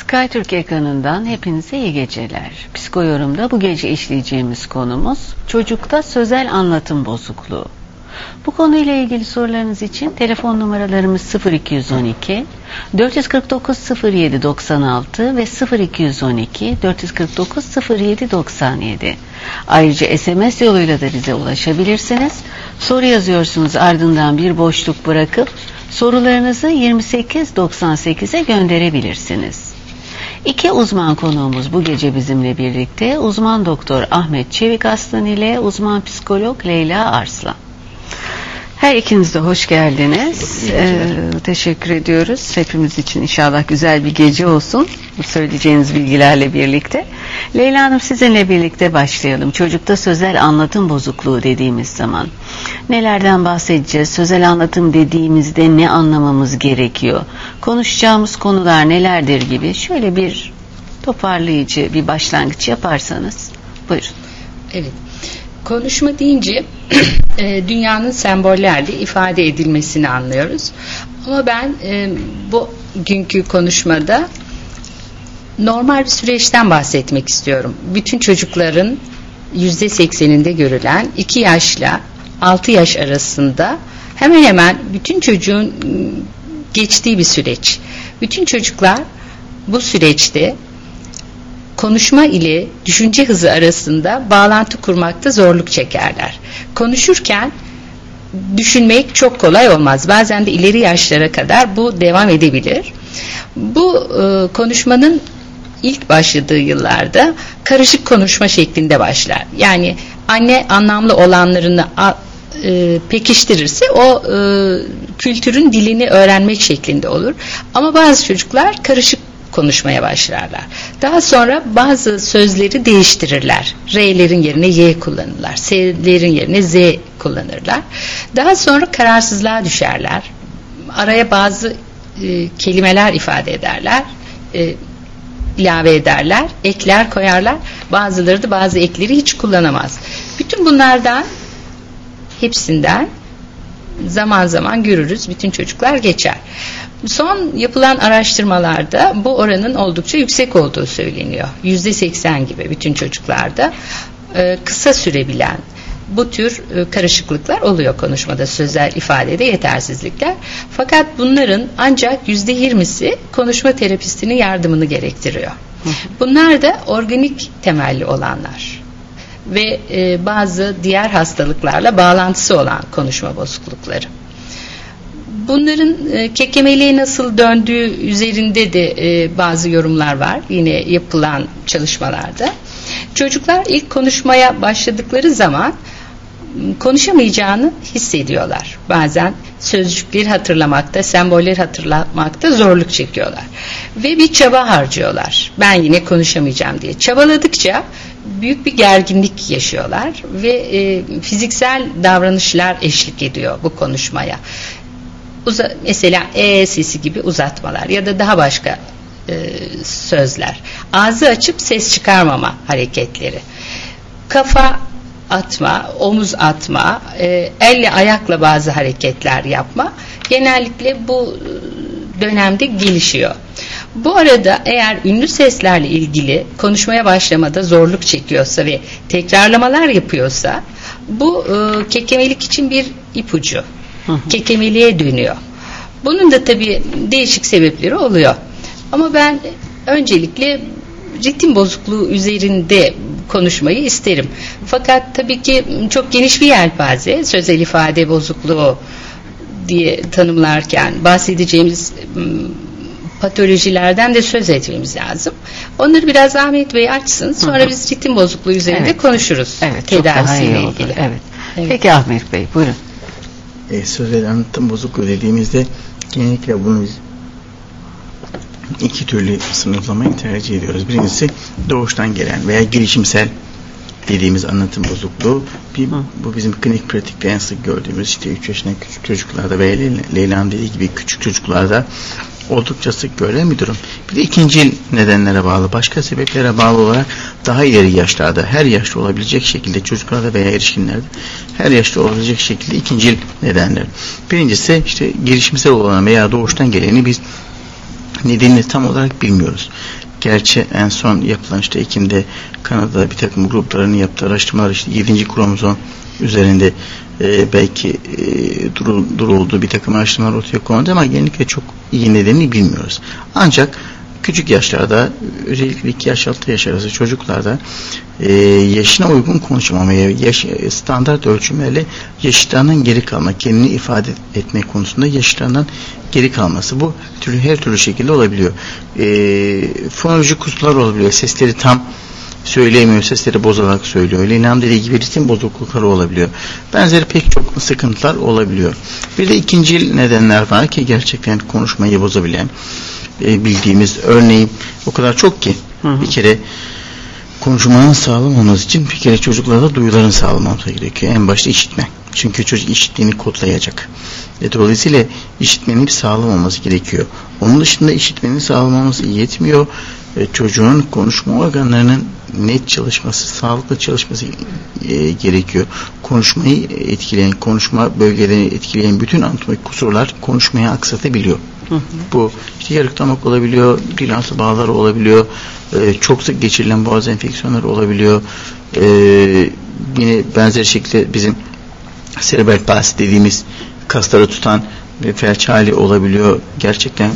SkyTürk ekranından hepinize iyi geceler. Psikoyorum'da bu gece işleyeceğimiz konumuz çocukta sözel anlatım bozukluğu. Bu konuyla ilgili sorularınız için telefon numaralarımız 0212 449 07 96 ve 0212 449 07 97. Ayrıca SMS yoluyla da bize ulaşabilirsiniz. Soru yazıyorsunuz, ardından bir boşluk bırakıp sorularınızı 2898'e gönderebilirsiniz. İki uzman konuğumuz bu gece bizimle birlikte. Uzman doktor Ahmet Çevik Aslan ile uzman psikolog Leyla Arslan. Her ikiniz de hoş geldiniz. Teşekkür ediyoruz. Hepimiz için inşallah güzel bir gece olsun. Bu söyleyeceğiniz bilgilerle birlikte. Leyla Hanım, sizinle birlikte başlayalım. Çocukta sözel anlatım bozukluğu dediğimiz zaman nelerden bahsedeceğiz? Sözel anlatım dediğimizde ne anlamamız gerekiyor? Konuşacağımız konular nelerdir gibi şöyle bir toparlayıcı bir başlangıç yaparsanız. Buyurun. Evet. Konuşma deyince dünyanın sembollerle ifade edilmesini anlıyoruz. Ama ben bugünkü konuşmada normal bir süreçten bahsetmek istiyorum. Bütün çocukların %80'inde görülen 2 yaşla 6 yaş arasında hemen hemen bütün çocuğun geçtiği bir süreç. Bütün çocuklar bu süreçte konuşma ile düşünce hızı arasında bağlantı kurmakta zorluk çekerler. Konuşurken düşünmek çok kolay olmaz. Bazen de ileri yaşlara kadar bu devam edebilir. Bu konuşmanın ilk başladığı yıllarda karışık konuşma şeklinde başlar. Yani anne anlamlı olanlarını pekiştirirse o kültürün dilini öğrenmek şeklinde olur. Ama bazı çocuklar karışık konuşmaya başlarlar. Daha sonra bazı sözleri değiştirirler. R'lerin yerine Y kullanırlar. S'lerin yerine Z kullanırlar. Daha sonra kararsızlığa düşerler. Araya bazı kelimeler ifade ederler. İlave ederler. Ekler koyarlar. Bazıları da bazı ekleri hiç kullanamaz. Bütün bunlardan hepsinden zaman zaman görürüz. Bütün çocuklar geçer. Son yapılan araştırmalarda bu oranın oldukça yüksek olduğu söyleniyor. %80 gibi bütün çocuklarda kısa sürebilen bu tür karışıklıklar oluyor konuşmada, sözel ifadede yetersizlikler. Fakat bunların ancak %20'si konuşma terapistinin yardımını gerektiriyor. Bunlar da organik temelli olanlar ve bazı diğer hastalıklarla bağlantısı olan konuşma bozuklukları. Bunların kekemeliğe nasıl döndüğü üzerinde de bazı yorumlar var yine yapılan çalışmalarda. Çocuklar ilk konuşmaya başladıkları zaman konuşamayacağını hissediyorlar. Bazen sözcükleri hatırlamakta, sembolleri hatırlamakta zorluk çekiyorlar. Ve bir çaba harcıyorlar. Ben yine konuşamayacağım diye. Çabaladıkça büyük bir gerginlik yaşıyorlar ve fiziksel davranışlar eşlik ediyor bu konuşmaya. Mesela sesi gibi uzatmalar ya da daha başka sözler. Ağzı açıp ses çıkarmama hareketleri. Kafa atma, omuz atma, elle ayakla bazı hareketler yapma. Genellikle bu dönemde gelişiyor. Bu arada eğer ünlü seslerle ilgili konuşmaya başlamada zorluk çekiyorsa ve tekrarlamalar yapıyorsa bu kekemelik için bir ipucu. Kekemeliğe dönüyor. Bunun da tabii değişik sebepleri oluyor. Ama ben öncelikle ritim bozukluğu üzerinde konuşmayı isterim. Fakat tabii ki çok geniş bir yelpaze, sözel ifade bozukluğu diye tanımlarken bahsedeceğimiz patolojilerden de söz etmemiz lazım. Onları biraz Ahmet Bey açsın. Sonra biz ritim bozukluğu üzerinde konuşuruz. Evet, tedavisiyle ilgili. Evet. Peki Ahmet Bey, buyurun. Sözel anlatım bozukluğu dediğimizde genellikle bunu biz iki türlü sınıflamayı tercih ediyoruz. Birincisi doğuştan gelen veya gelişimsel dediğimiz anlatım bozukluğu. Bu bizim klinik pratikte en sık gördüğümüz işte 3 yaşında küçük çocuklarda veya Leyla'nın dediği gibi küçük çocuklarda oldukça sık görülen bir durum. Bir de ikinci nedenlere bağlı, başka sebeplere bağlı olarak daha ileri yaşlarda, her yaşta olabilecek şekilde çocuklarda veya erişkinlerde her yaşta olabilecek şekilde ikinci nedenler. Birincisi işte gelişimsel olan veya doğuştan geleni biz Nedenini tam olarak bilmiyoruz. Gerçi en son yapılan işte Ekim'de Kanada'da bir takım grupların yaptığı araştırmalar işte 7. kromozom üzerinde belki durulduğu bir takım araştırmalar ortaya konuldu ama genellikle çok iyi nedenini bilmiyoruz. Ancak küçük yaşlarda, özellikle 2 yaş 6 yaş arası çocuklarda yaşına uygun konuşmamaya, standart ölçümlerle yaşıtlarından geri kalma, kendini ifade etme konusunda yaşıtlarından geri kalması. Bu her türlü şekilde olabiliyor. Fonolojik kusurlar olabiliyor. Sesleri tam söyleyemiyor, sesleri bozularak söylüyor. Leyla'nın dediği gibi ritim bozuklukları olabiliyor. Benzeri pek çok sıkıntılar olabiliyor. Bir de ikinci nedenler var ki gerçekten konuşmayı bozabilen, bildiğimiz örneğin o kadar çok ki bir kere konuşmanın sağlam olması için bir kere çocuklarda duyuların sağlam olması gerekiyor. En başta işitme. Çünkü çocuk işittiğini kodlayacak. Dolayısıyla işitmenin bir sağlam olması gerekiyor. Onun dışında işitmenin sağlam olması yetmiyor. Çocuğun konuşma organlarının net çalışması, sağlıklı çalışması gerekiyor. Konuşmayı etkileyen, konuşma bölgelerini etkileyen bütün anatomik kusurlar konuşmayı aksatabiliyor. Bu işte yarıklamak olabiliyor, dil altı bağları olabiliyor, çok sık geçirilen boğaz enfeksiyonları olabiliyor. Yine benzer şekilde bizim serebral palsi dediğimiz kasları tutan bir felç hali olabiliyor. Gerçekten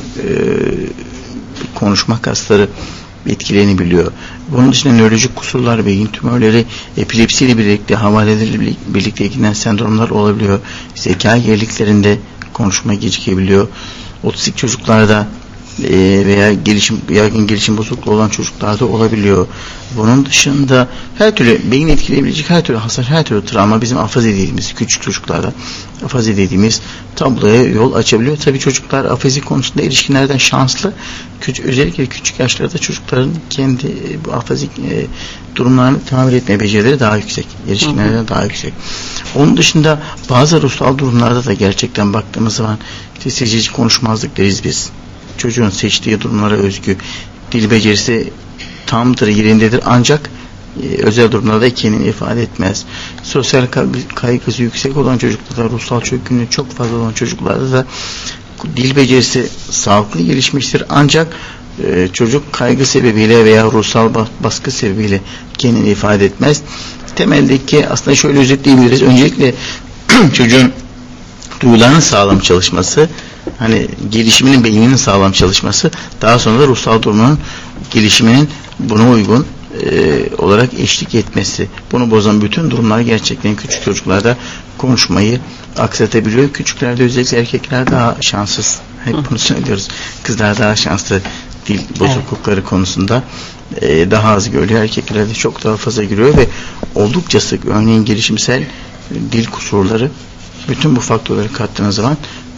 konuşma kasları etkilenebiliyor. Bunun dışında nörolojik kusurlar, beyin tümörleri, epilepsiyle birlikte, havalelerle birlikte ilgilenen sendromlar olabiliyor. Zeka geriliklerinde konuşma gecikebiliyor. Otistik çocuklarda veya yaygın gelişim bozukluğu olan çocuklarda olabiliyor. Bunun dışında her türlü beyin etkileyebilecek her türlü hasar, her türlü travma bizim afazi dediğimiz küçük çocuklarda afazi dediğimiz tabloya yol açabiliyor. Tabii çocuklar afazi konusunda erişkinlerden şanslı. Özellikle küçük yaşlarda çocukların kendi bu afazik durumlarını tamir etme becerileri daha yüksek. Erişkinlerden daha yüksek. Onun dışında bazı ruhsal durumlarda da gerçekten baktığımız zaman işte seçici konuşmazlık deriz biz. Çocuğun seçtiği durumlara özgü dil becerisi tamdır, yerindedir ancak özel durumlarda kendini ifade etmez. Sosyal kaygısı yüksek olan çocuklarda, ruhsal çökkünlüğü çok fazla olan çocuklarda da dil becerisi sağlıklı gelişmiştir ancak çocuk kaygı sebebiyle veya ruhsal baskı sebebiyle kendini ifade etmez. Temeldeki aslında şöyle özetleyebiliriz. Öncelikle çocuğun duyularının sağlam çalışması, hani gelişiminin, beyninin sağlam çalışması, daha sonra da ruhsal durumunun gelişiminin buna uygun olarak eşlik etmesi. Bunu bozan bütün durumlar gerçekten küçük çocuklarda konuşmayı aksatabiliyor. Küçüklerde özellikle erkekler daha şanssız. Hep bunu söylüyoruz. Kızlar daha şanslı dil bozuklukları konusunda daha az görülüyor. Erkeklerde çok daha fazla görüyor ve oldukça sık, örneğin gelişimsel dil kusurları, bütün bu faktörleri kattığınız zaman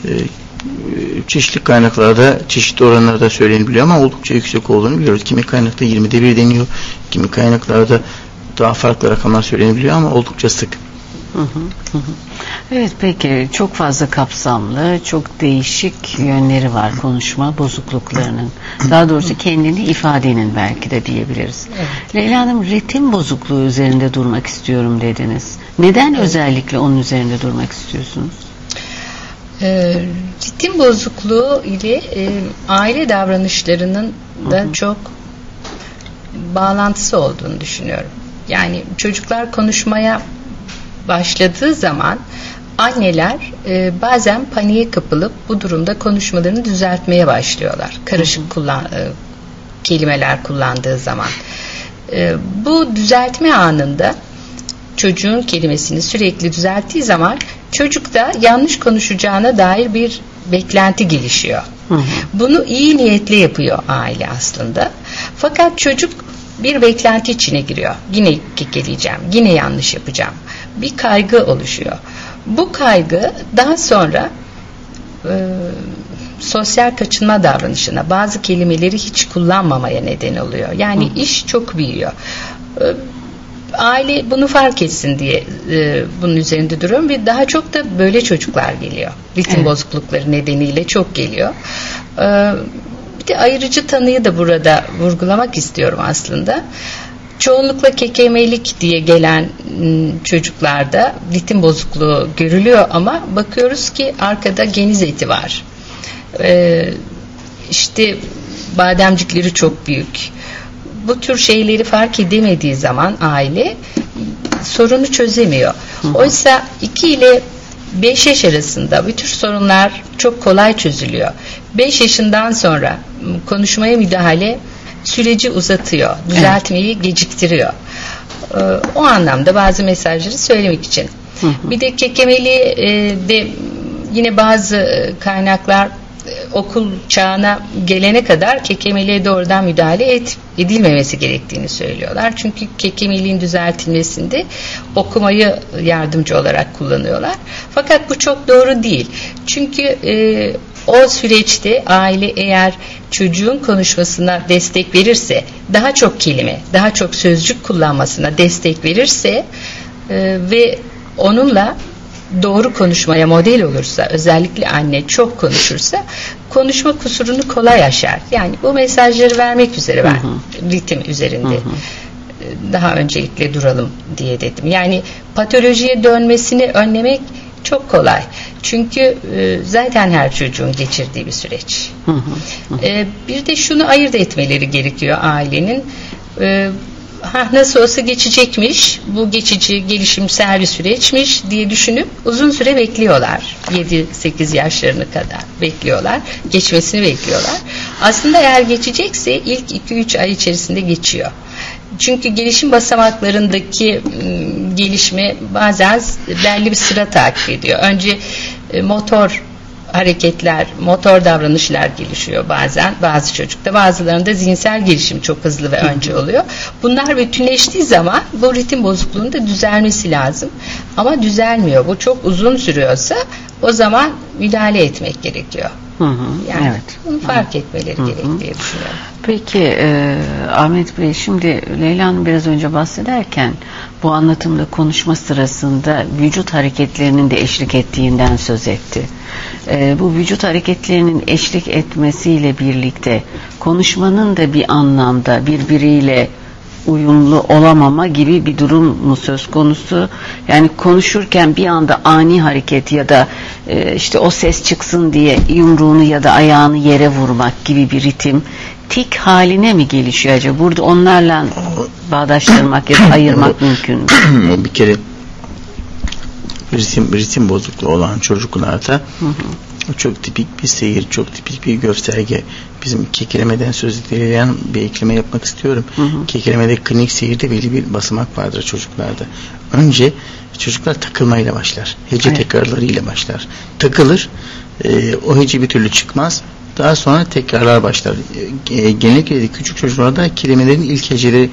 çeşitli kaynaklarda çeşitli oranlarda söylenebiliyor ama oldukça yüksek olduğunu biliyoruz. Kimi kaynakta 20'de 1 deniyor. Kimi kaynaklarda daha farklı rakamlar söylenebiliyor ama oldukça sık. Evet, peki çok fazla kapsamlı, çok değişik yönleri var konuşma bozukluklarının. Daha doğrusu kendini ifadenin belki de diyebiliriz. Evet. Leyla Hanım, ritim bozukluğu üzerinde durmak istiyorum dediniz. Neden özellikle onun üzerinde durmak istiyorsunuz? Ritim bozukluğu ile aile davranışlarının da çok bağlantısı olduğunu düşünüyorum. Yani çocuklar konuşmaya başladığı zaman anneler bazen paniğe kapılıp bu durumda konuşmalarını düzeltmeye başlıyorlar. Karışık kelimeler kullandığı zaman. Bu düzeltme anında çocuğun kelimesini sürekli düzelttiği zaman çocukta yanlış konuşacağına dair bir beklenti gelişiyor. Bunu iyi niyetle yapıyor aile aslında. Fakat çocuk bir beklenti içine giriyor. Yine kekeleyeceğim, yine yanlış yapacağım. Bir kaygı oluşuyor. Bu kaygı daha sonra sosyal kaçınma davranışına, bazı kelimeleri hiç kullanmamaya neden oluyor. Yani iş çok büyüyor. Aile bunu fark etsin diye bunun üzerinde duruyorum ve daha çok da böyle çocuklar geliyor. Ritim bozuklukları nedeniyle çok geliyor. Bir de ayırıcı tanıyı da burada vurgulamak istiyorum aslında. Çoğunlukla kekemelik diye gelen çocuklarda ritim bozukluğu görülüyor ama bakıyoruz ki arkada geniz eti var. İşte bademcikleri çok büyük. Bu tür şeyleri fark edemediği zaman aile sorunu çözemiyor. Oysa 2 ile 5 yaş arasında bu tür sorunlar çok kolay çözülüyor. 5 yaşından sonra konuşmaya müdahale süreci uzatıyor, düzeltmeyi geciktiriyor. O anlamda bazı mesajları söylemek için. Bir de kekemeli de yine bazı kaynaklar okul çağına gelene kadar kekemeliğe doğrudan müdahale edilmemesi gerektiğini söylüyorlar. Çünkü kekemeliğin düzeltilmesinde okumayı yardımcı olarak kullanıyorlar. Fakat bu çok doğru değil. Çünkü o süreçte aile eğer çocuğun konuşmasına destek verirse, daha çok kelime, daha çok sözcük kullanmasına destek verirse ve onunla doğru konuşmaya model olursa, özellikle anne çok konuşursa konuşma kusurunu kolay aşar. Yani bu mesajları vermek üzere ben ritim üzerinde daha öncelikle duralım diye dedim. Yani patolojiye dönmesini önlemek çok kolay. Çünkü zaten her çocuğun geçirdiği bir süreç. Bir de şunu ayırt etmeleri gerekiyor ailenin. Nasıl olsa geçecekmiş, bu geçici gelişimsel bir süreçmiş diye düşünüp uzun süre bekliyorlar. 7-8 yaşlarına kadar bekliyorlar. Geçmesini bekliyorlar. Aslında eğer geçecekse ilk 2-3 ay içerisinde geçiyor. Çünkü gelişim basamaklarındaki gelişme bazen belli bir sıra takip ediyor. Önce motor hareketler, motor davranışlar gelişiyor bazen bazı çocukta. Bazılarında zihinsel gelişim çok hızlı ve önce oluyor. Bunlar bütünleştiği zaman bu ritim bozukluğunun da düzelmesi lazım. Ama düzelmiyor. Bu çok uzun sürüyorsa o zaman müdahale etmek gerekiyor. Yani bunu fark etmeleri gerek diye düşünüyorum. Peki Ahmet Bey, şimdi Leyla Hanım biraz önce bahsederken bu anlatımda konuşma sırasında vücut hareketlerinin de eşlik ettiğinden söz etti. Bu vücut hareketlerinin eşlik etmesiyle birlikte konuşmanın da bir anlamda birbiriyle uyumlu olamama gibi bir durum mu söz konusu? Yani konuşurken bir anda ani hareket ya da işte o ses çıksın diye yumruğunu ya da ayağını yere vurmak gibi bir ritim tik haline mi gelişiyor acaba? Burada onlarla bağdaştırmak ya da ayırmak mümkün mü? Bir kere ritim bozukluğu olan çocuklarda çok tipik bir seyir, çok tipik bir gösterge. Bizim kekelemeden söz edilen bir ekleme yapmak istiyorum. Kekelemede klinik seyirde belli bir basamak vardır çocuklarda. Önce çocuklar takılmayla başlar. Hece tekrarlarıyla başlar. Takılır, o hece bir türlü çıkmaz. Daha sonra tekrarlar başlar. Genellikle küçük çocuklarda kelimelerin ilk heceleri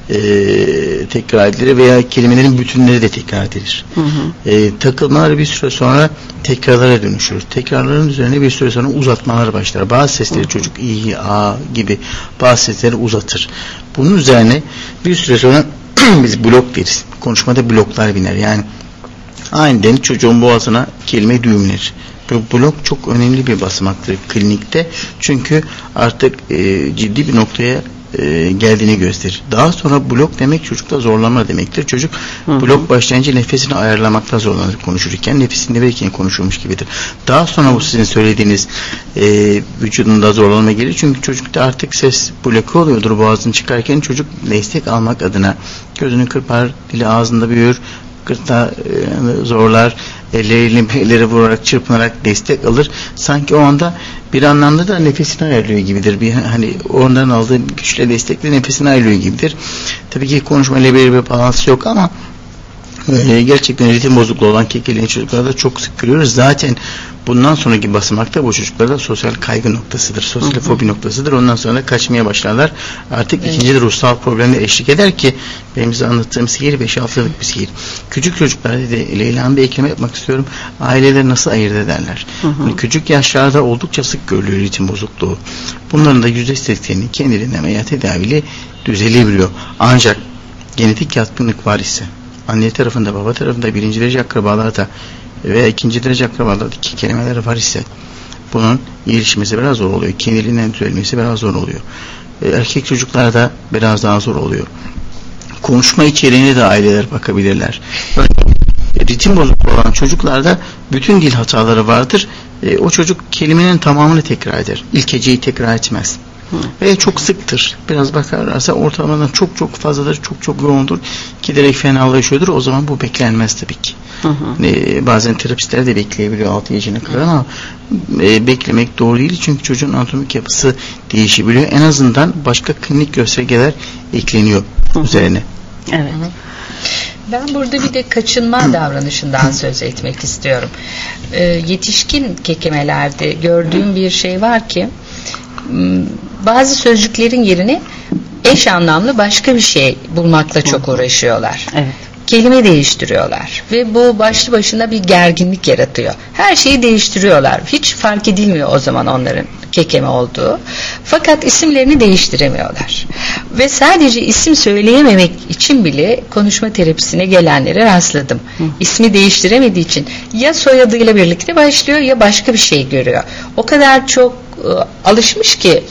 tekrar edilir veya kelimelerin bütünleri de tekrar edilir. Takılmalar bir süre sonra tekrarlara dönüşür. Tekrarların üzerine bir süre sonra uzatmalar başlar. Bazı sesleri çocuk i, a gibi bazı sesleri uzatır. Bunun üzerine bir süre sonra biz blok deriz. Konuşmada bloklar biner. Yani aniden çocuğun boğazına kelime düğümlenir. Bu blok çok önemli bir basamaktır klinikte. Çünkü artık ciddi bir noktaya geldiğini gösterir. Daha sonra blok demek çocukta zorlanma demektir. Çocuk blok başlayınca nefesini ayarlamakta zorlanır konuşurken. Nefesini verirken konuşulmuş gibidir. Daha sonra bu sizin söylediğiniz vücudunda zorlanma gelir. Çünkü çocukta artık ses bloke oluyordur boğazını çıkarken. Çocuk destek almak adına gözünü kırpar, dili ağzında büyür, gırtlağı zorlar, elleri vurarak, çırpınarak destek alır. Sanki o anda bir anlamda da nefesini ayarlıyor gibidir. Bir hani ondan aldığı güçle destekle nefesini ayarlıyor gibidir. Tabii ki konuşmayla bir bağlantısı yok ama gerçekten ritim bozukluğu olan kekeleyen çocuklarda çok sık görüyoruz. Zaten bundan sonraki basamakta bu çocuklarda sosyal kaygı noktasıdır. Sosyal fobi noktasıdır. Ondan sonra da kaçmaya başlarlar. Artık ikinci de ruhsal problemler eşlik eder ki benim size anlattığım sihir 5-6 yıllık bir sihir. Küçük çocuklarda da Leyla'nın bir ekleme yapmak istiyorum. Aileler nasıl ayırt ederler? Yani küçük yaşlarda oldukça sık görülüyor ritim bozukluğu. Bunların da %80'i kendiliğinden veya tedaviyle düzelebiliyor. Ancak genetik yatkınlık var ise anne tarafında, baba tarafında, birinci derece akrabalarda veya ikinci derece akrabalardaki kelimeler var ise bunun gelişmesi biraz zor oluyor. Kendiliğinden düzelmesi biraz zor oluyor. Erkek çocuklarda biraz daha zor oluyor. Konuşma içeriğine de aileler bakabilirler. Ritim bozukluğu olan çocuklarda bütün dil hataları vardır. O çocuk kelimenin tamamını tekrar eder. İlk heceyi tekrar etmez. Ve çok sıktır. Biraz bakarlarsa ortalamadan çok fazladır, çok yoğundur. Giderek fenalaşıyordur. O zaman bu beklenmez tabii ki. Bazen terapistler de bekleyebiliyor 6 yaşına kadar ama beklemek doğru değil. Çünkü çocuğun anatomik yapısı değişebiliyor. En azından başka klinik göstergeler ekleniyor üzerine. Evet. Ben burada bir de kaçınma davranışından söz etmek istiyorum. Yetişkin kekemelerde gördüğüm bir şey var ki bazı sözcüklerin yerine eş anlamlı başka bir şey bulmakla çok uğraşıyorlar. Evet. Kelime değiştiriyorlar ve bu başlı başına bir gerginlik yaratıyor. Her şeyi değiştiriyorlar. Hiç fark edilmiyor o zaman onların kekeme olduğu. Fakat isimlerini değiştiremiyorlar. Ve sadece isim söyleyememek için bile konuşma terapisine gelenlere rastladım. İsmi değiştiremediği için ya soyadıyla birlikte başlıyor ya başka bir şey görüyor. O kadar çok alışmış ki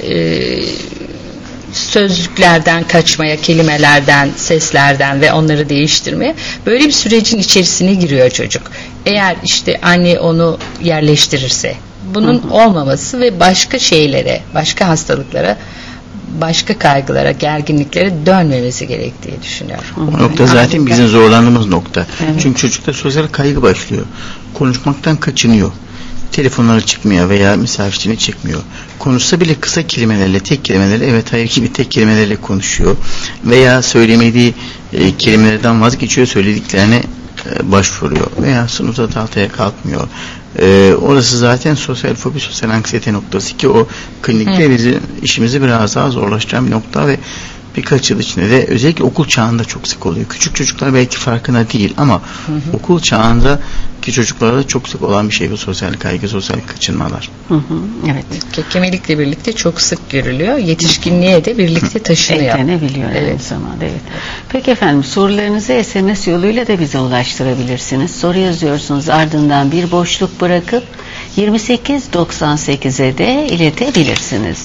sözcüklerden kaçmaya, kelimelerden, seslerden ve onları değiştirmeye, böyle bir sürecin içerisine giriyor çocuk. Eğer işte anne onu yerleştirirse, bunun olmaması ve başka şeylere, başka hastalıklara, başka kaygılara, gerginliklere dönmemesi gerektiği düşünüyorum. O nokta zaten bizim zorlandığımız nokta. Çünkü çocukta sosyal kaygı başlıyor. Konuşmaktan kaçınıyor. Telefonları çıkmıyor veya misafirliğini çekmiyor. Konuşsa bile kısa kelimelerle, tek kelimelerle, evet hayır gibi tek kelimelerle konuşuyor. Veya söylemediği kelimelerden vazgeçiyor, söylediklerine başvuruyor. Veya sınıfta tahtaya kalkmıyor. Orası zaten sosyal fobi, sosyal anksiyete noktası ki o klinikte bizi, işimizi biraz daha zorlaştıran bir nokta ve birkaç yıl içinde de özellikle okul çağında çok sık oluyor. Küçük çocuklar belki farkına değil ama okul çağındaki çocuklarda çok sık olan bir şey bu sosyal kaygı, sosyal kaçınmalar. Evet. Kekemelikle birlikte çok sık görülüyor. Yetişkinliğe de birlikte taşınıyor. Eklenebiliyor aynı zamanda. Evet. Peki efendim, sorularınızı SMS yoluyla da bize ulaştırabilirsiniz. Soru yazıyorsunuz, ardından bir boşluk bırakıp 2898'e de iletebilirsiniz.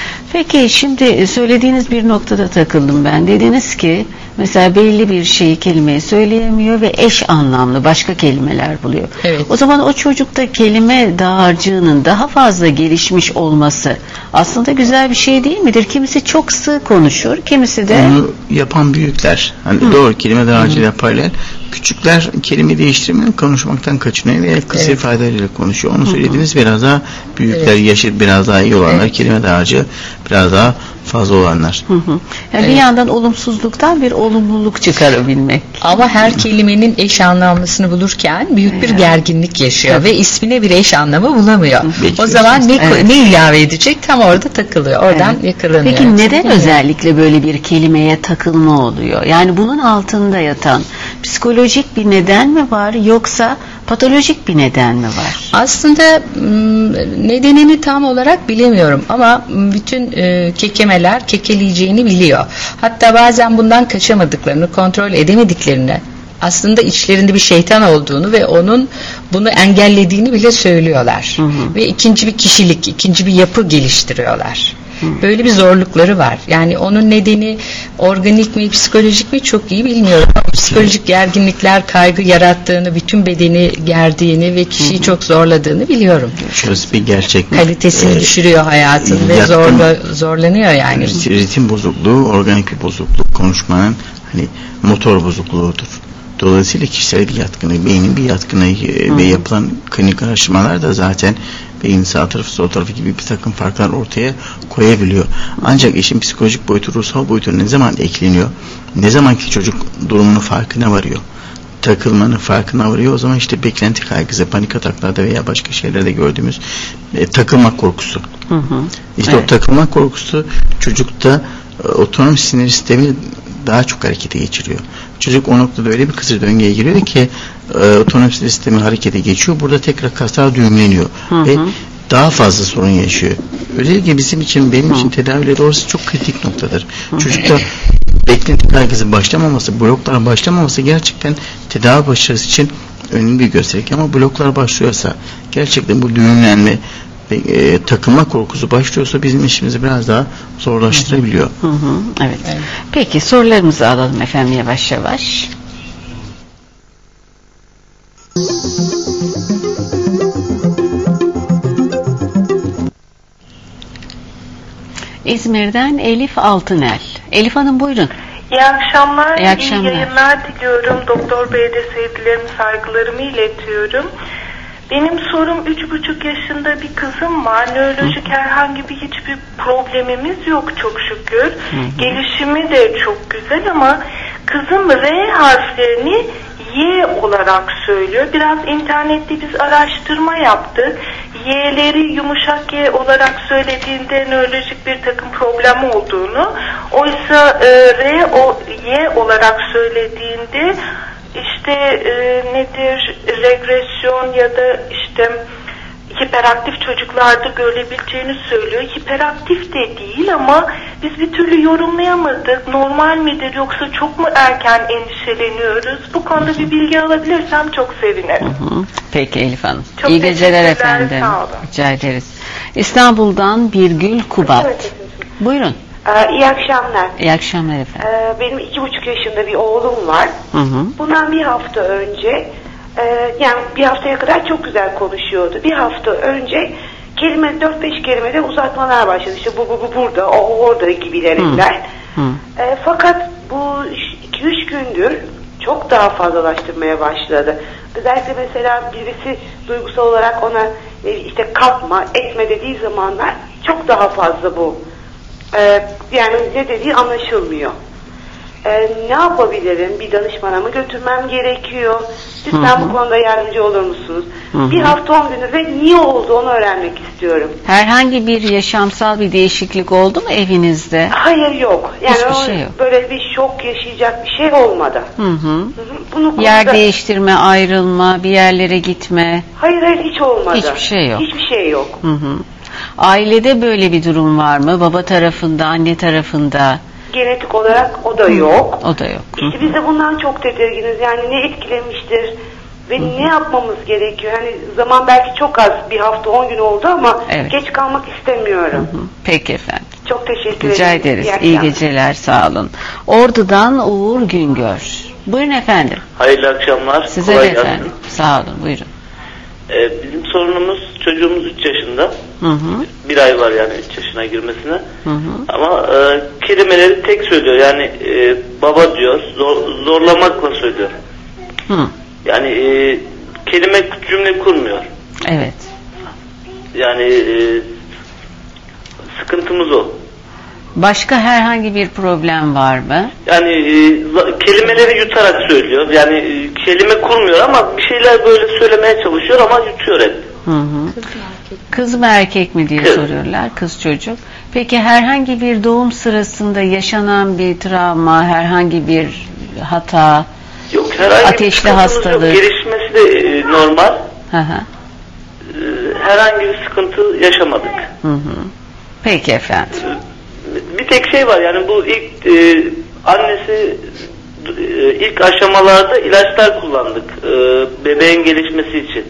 Peki şimdi söylediğiniz bir noktada takıldım ben. Dediniz ki mesela belli bir şeyi, kelimeyi söyleyemiyor ve eş anlamlı başka kelimeler buluyor. Evet. O zaman o çocukta kelime dağarcığının daha fazla gelişmiş olması aslında güzel bir şey değil midir? Kimisi çok sığ konuşur, kimisi de... Onu yapan büyükler. Hani doğru, kelime dağarcığıyla paralel. Küçükler kelime değiştirmiyor, konuşmaktan kaçınıyor veya kısa ifadelerle konuşuyor. Onu söylediğiniz biraz daha büyükler, yaşı biraz daha iyi olanlar, kelime dağarcığı biraz daha fazla olanlar. Yani bir yandan olumsuzluktan bir olumluluk çıkarabilmek. Ama her kelimenin eş anlamlısını bulurken büyük bir gerginlik yaşıyor ve ismine bir eş anlamı bulamıyor. O zaman ne ilave edecek? Tam orada takılıyor. Oradan yakalanıyor. Peki neden özellikle böyle bir kelimeye takılma oluyor? Yani bunun altında yatan psikolojik bir neden mi var yoksa patolojik bir neden mi var? Aslında nedenini tam olarak bilemiyorum ama bütün kekemeler kekeleyeceğini biliyor. Hatta bazen bundan kaçamadıklarını, kontrol edemediklerini, aslında içlerinde bir şeytan olduğunu ve onun bunu engellediğini bile söylüyorlar. Ve ikinci bir kişilik, ikinci bir yapı geliştiriyorlar. Böyle bir zorlukları var. Yani onun nedeni organik mi, psikolojik mi çok iyi bilmiyorum. Psikolojik gerginlikler kaygı yarattığını, bütün bedeni gerdiğini ve kişiyi çok zorladığını biliyorum. Şurası bir gerçek. Kalitesini düşürüyor hayatın ve zorlanıyor yani. Ritim bozukluğu, organik bir bozukluk, konuşmanın hani motor bozukluğudur. Dolayısıyla kişisel bir yatkınlığı, beynin bir yatkınlığı ve yapılan klinik araştırmalar da zaten beyin sağ tarafı sol tarafı gibi bir takım farklar ortaya koyabiliyor. Ancak işin psikolojik boyutu, ruhsal boyutu ne zaman ekleniyor? Ne zaman ki çocuk durumunun farkına varıyor, takılmanın farkına varıyor, o zaman işte beklenti kaygısı, panik ataklarda veya başka şeylerde gördüğümüz takılma korkusu. İşte o takılma korkusu çocukta otonom sinir sistemi daha çok harekete geçiriyor. Çocuk o noktada öyle bir kısır döngüye giriyor ki otonom sinir sistemi harekete geçiyor. Burada tekrar kaslar düğümleniyor ve daha fazla sorun yaşıyor. Özellikle bizim için, benim için tedavileri orası çok kritik noktadır. Çocukta beklenti kaygısı başlamaması, bloklar başlamaması gerçekten tedavi başarısı için önemli bir gösterge. Ama bloklar başlıyorsa, gerçekten bu düğümlenme takılma korkusu başlıyorsa bizim işimizi biraz daha zorlaştırabiliyor. Evet. Peki sorularımızı alalım efendim yavaş yavaş. İzmir'den Elif Altınel. Elif Hanım buyurun. İyi akşamlar, İyi akşamlar. iyi yayınlar diliyorum. Doktor Bey'e de sevgilerimi, saygılarımı iletiyorum. Benim sorum 3,5 yaşında bir kızım var. Nörolojik herhangi hiçbir problemimiz yok çok şükür. Gelişimi de çok güzel ama kızım R harflerini Y olarak söylüyor. Biraz internette biz araştırma yaptık. Y'leri yumuşak Y olarak söylediğinde nörolojik bir takım problem olduğunu, oysa Y olarak söylediğinde işte nedir, regresyon ya da işte hiperaktif çocuklarda görülebileceğini söylüyor. Hiperaktif de değil ama biz bir türlü yorumlayamadık. Normal midir yoksa çok mu erken endişeleniyoruz? Bu konuda bir bilgi alabilirsem çok sevinirim. Peki Elif Hanım. Çok İyi geceler teşekkürler, efendim. sağ olun. Rica ederiz. İstanbul'dan Birgül Kubat. Evet. Buyurun. İyi akşamlar. İyi akşamlar efendim. Benim 2,5 yaşında bir oğlum var. Bundan bir hafta önce, yani bir haftaya kadar çok güzel konuşuyordu. Bir hafta önce 4-5 kelimede uzatmalar başladı. İşte bu burada, o orada gibilerinden. Fakat bu 2-3 gündür çok daha fazlalaştırmaya başladı. Özellikle mesela birisi duygusal olarak ona işte kalkma, etme dediği zamanlar çok daha fazla bu. Yani ne dediği anlaşılmıyor. Ne yapabilirim? Bir danışmana mı götürmem gerekiyor? Lütfen bu konuda yardımcı olur musunuz? Bir hafta 10 gündür ve niye oldu onu öğrenmek istiyorum. Herhangi bir yaşamsal bir değişiklik oldu mu evinizde? Hayır, yok. Yani hiçbir şey yok. Böyle bir şok yaşayacak bir şey olmadı. Bunu Yer değiştirme, ayrılma, bir yerlere gitme. Hayır, hiç olmadı. Hiçbir şey yok. Hiçbir şey yok. Ailede böyle bir durum var mı? Baba tarafında, anne tarafında? Genetik olarak o da yok. O da yok. İşte biz de bundan çok tedirginiz. Yani ne etkilemiştir ve ne yapmamız gerekiyor? Hani zaman belki çok az, bir hafta 10 gün oldu ama geç kalmak istemiyorum. Peki efendim. Çok teşekkür ederim. Rica ederiz. İyi geceler, sağ olun. Ordu'dan Uğur Güngör. Buyurun efendim. Hayırlı akşamlar. Size de efendim. Sağ olun, buyurun. Bizim sorunumuz, çocuğumuz 3 yaşında. Bir ay var yani 3 yaşına girmesine. Ama kelimeleri tek söylüyor. Yani baba diyor, zorlamakla söylüyor. Yani cümle kurmuyor. Evet. Yani sıkıntımız o. Başka herhangi bir problem var mı? Yani kelimeleri yutarak söylüyor. Yani kelime kurmuyor ama bir şeyler böyle söylemeye çalışıyor ama yutuyor hep. Kız mı erkek mi diye soruyorlar. Kız çocuk. Peki herhangi bir doğum sırasında yaşanan bir travma, herhangi bir hata, yok, herhangi ateşli bir hastalık? Yok. Gelişmesi de normal. Herhangi bir sıkıntı yaşamadık. Peki efendim. Bir tek şey var, yani bu ilk annesi ilk aşamalarda ilaçlar kullandık bebeğin gelişmesi için.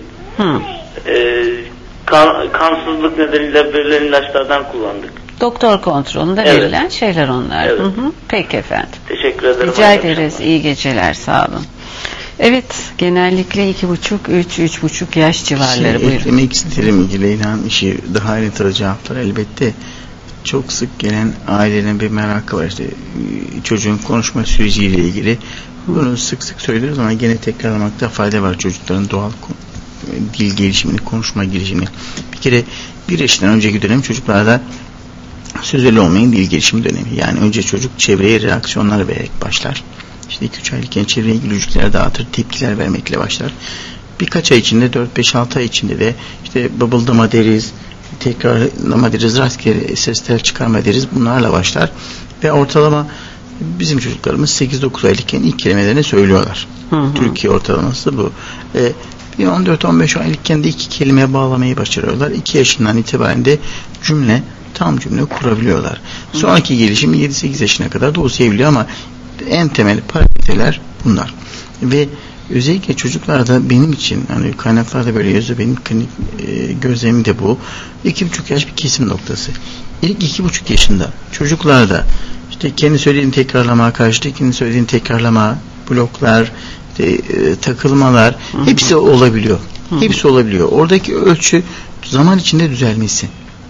Kansızlık nedeniyle verilen ilaçlardan kullandık. Doktor kontrolünde verilen şeyler onlar. Evet. Peki efendim. Teşekkür ederim. Rica ederiz. İyi geceler. Sağ olun. Evet, genellikle 2,5-3,5 yaş civarları. Buyurun. Eklemek isterim ki Leyla'nın işi daha ayrıntılı cevaplar elbette. Çok sık gelen ailelerin bir merakı var, işte çocuğun konuşma süreciyle ilgili. Bunu sık sık söylüyoruz ama gene tekrarlamakta fayda var. Çocukların doğal dil gelişimini, konuşma gelişimini. Bir kere 1 yaşından önceki dönem çocuklarda sözleri olmayan dil gelişimi dönemi. Yani önce çocuk çevreye reaksiyonlar vererek başlar. İşte 2-3 aylıkken çevreye gülücükler dağıtır, tepkiler vermekle başlar. Birkaç ay içinde, 4-5-6 ay içinde de işte bıbıldama deriz, tekrarlama deriz, rastgele sesler çıkarma deriz. Bunlarla başlar. Ve ortalama bizim çocuklarımız 8-9 aylıkken ilk kelimelerini söylüyorlar. Türkiye ortalaması bu. 14-15 aylıkken de 2 kelimeye bağlamayı başarıyorlar. 2 yaşından itibaren de tam cümle kurabiliyorlar. Sonraki gelişim 7-8 yaşına kadar da uzayabiliyor ama en temel parametreler bunlar. Ve özellikle çocuklarda benim için, hani kaynaklarda böyle yazıyor, benim klinik gözlemim de bu. 2,5 yaş bir kesim noktası. İlk 2,5 yaşında çocuklarda işte kendi söylediğini tekrarlama, karşıdakinin söylediğini tekrarlama, bloklar, takılmalar, hepsi olabiliyor. Hepsi olabiliyor. Oradaki ölçü zaman içinde düzelmesi.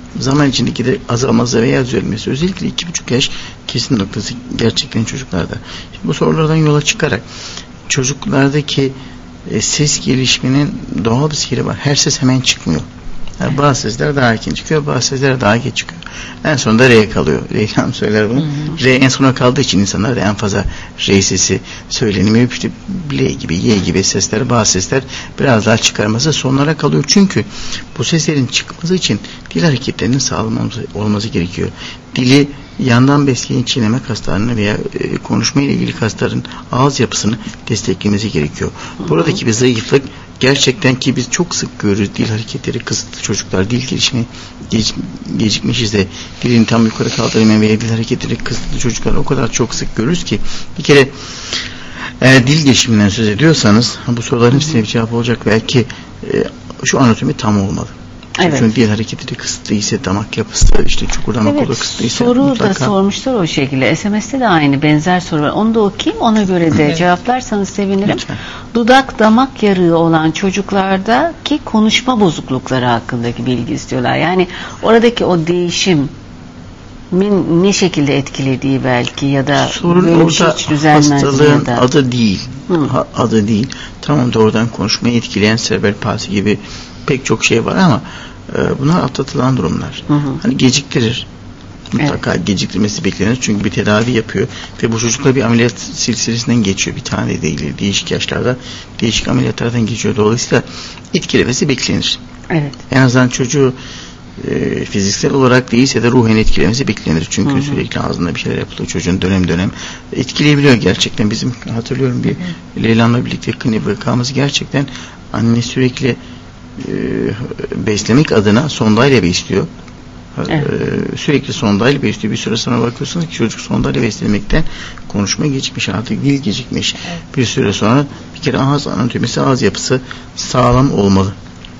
zaman içindeki de azalması veya düzelmesi özellikle 2,5 yaş kesin noktası gerçekten çocuklarda. Şimdi bu sorulardan yola çıkarak çocuklardaki ses gelişiminin doğal bir seyri var. Her ses hemen çıkmıyor. Yani bazı sesler daha erken çıkıyor, bazı sesler daha geç çıkıyor. En sonunda R kalıyor. Reyhan söyler bunu. R en sona kaldığı için insanlar en fazla R sesi söylenemiyor. İşte L gibi, Y gibi sesler, bazı sesler biraz daha çıkarması sonlara kalıyor. Çünkü bu seslerin çıkması için dil hareketlerinin sağlam olması gerekiyor. Dili yandan besleyen çiğneme kaslarını veya konuşma ile ilgili kasların ağız yapısını desteklemesi gerekiyor. Buradaki bir zayıflık gerçekten ki biz çok sık görürüz, dil hareketleri kısıtlı çocuklar, dil gelişimi gecikmişiz de dilini tam yukarı kaldıramayan veya dil hareketleri kısıtlı çocuklar o kadar çok sık görürüz ki bir kere eğer dil gelişiminden söz ediyorsanız bu soruların hepsine bir cevap olacak. Belki şu anatomi tam olmalı. Evet. Çünkü dil hareketleri kısıtlıysa, damak yapısı, işte çukurdamak kolu kısıtlıysa soru mutlaka. da sormuşlar o şekilde. SMS'te de aynı benzer soru var. Onu da okuyayım. Ona göre de cevaplarsanız sevinirim. Lütfen. Dudak damak yarığı olan çocuklardaki konuşma bozuklukları hakkındaki bilgi istiyorlar. Yani oradaki o değişim ne şekilde etkilediği belki ya da sorun orada hastalığın adı değil. Adı değil. Tamam, doğrudan konuşmayı etkileyen serebral palsi gibi pek çok şey var ama bunlar atlatılan durumlar. Hani geciktirir. Mutlaka geciktirmesi beklenir. Çünkü bir tedavi yapıyor ve bu çocuklar bir ameliyat silsilesinden geçiyor. Bir tane değil. Değişik yaşlarda değişik ameliyatlardan geçiyor. Dolayısıyla etkilemesi beklenir. Evet. En azından çocuğu fiziksel olarak değilse de ruhen etkilemesi beklenir. Çünkü sürekli ağzında bir şeyler yapılıyor. Çocuğun dönem dönem etkileyebiliyor gerçekten. Bizim hatırlıyorum bir Leyla'mla birlikte klinik vakamız gerçekten anne sürekli beslemek adına sondayla besliyor. Evet. Sürekli sondayla besliyor. Bir süre sonra bakıyorsunuz ki çocuk sondayla beslemekten konuşma geçmiş, artık dil gecikmiş. Evet. Bir süre sonra bir kere ağız anatomisi, ağız yapısı sağlam olmalı.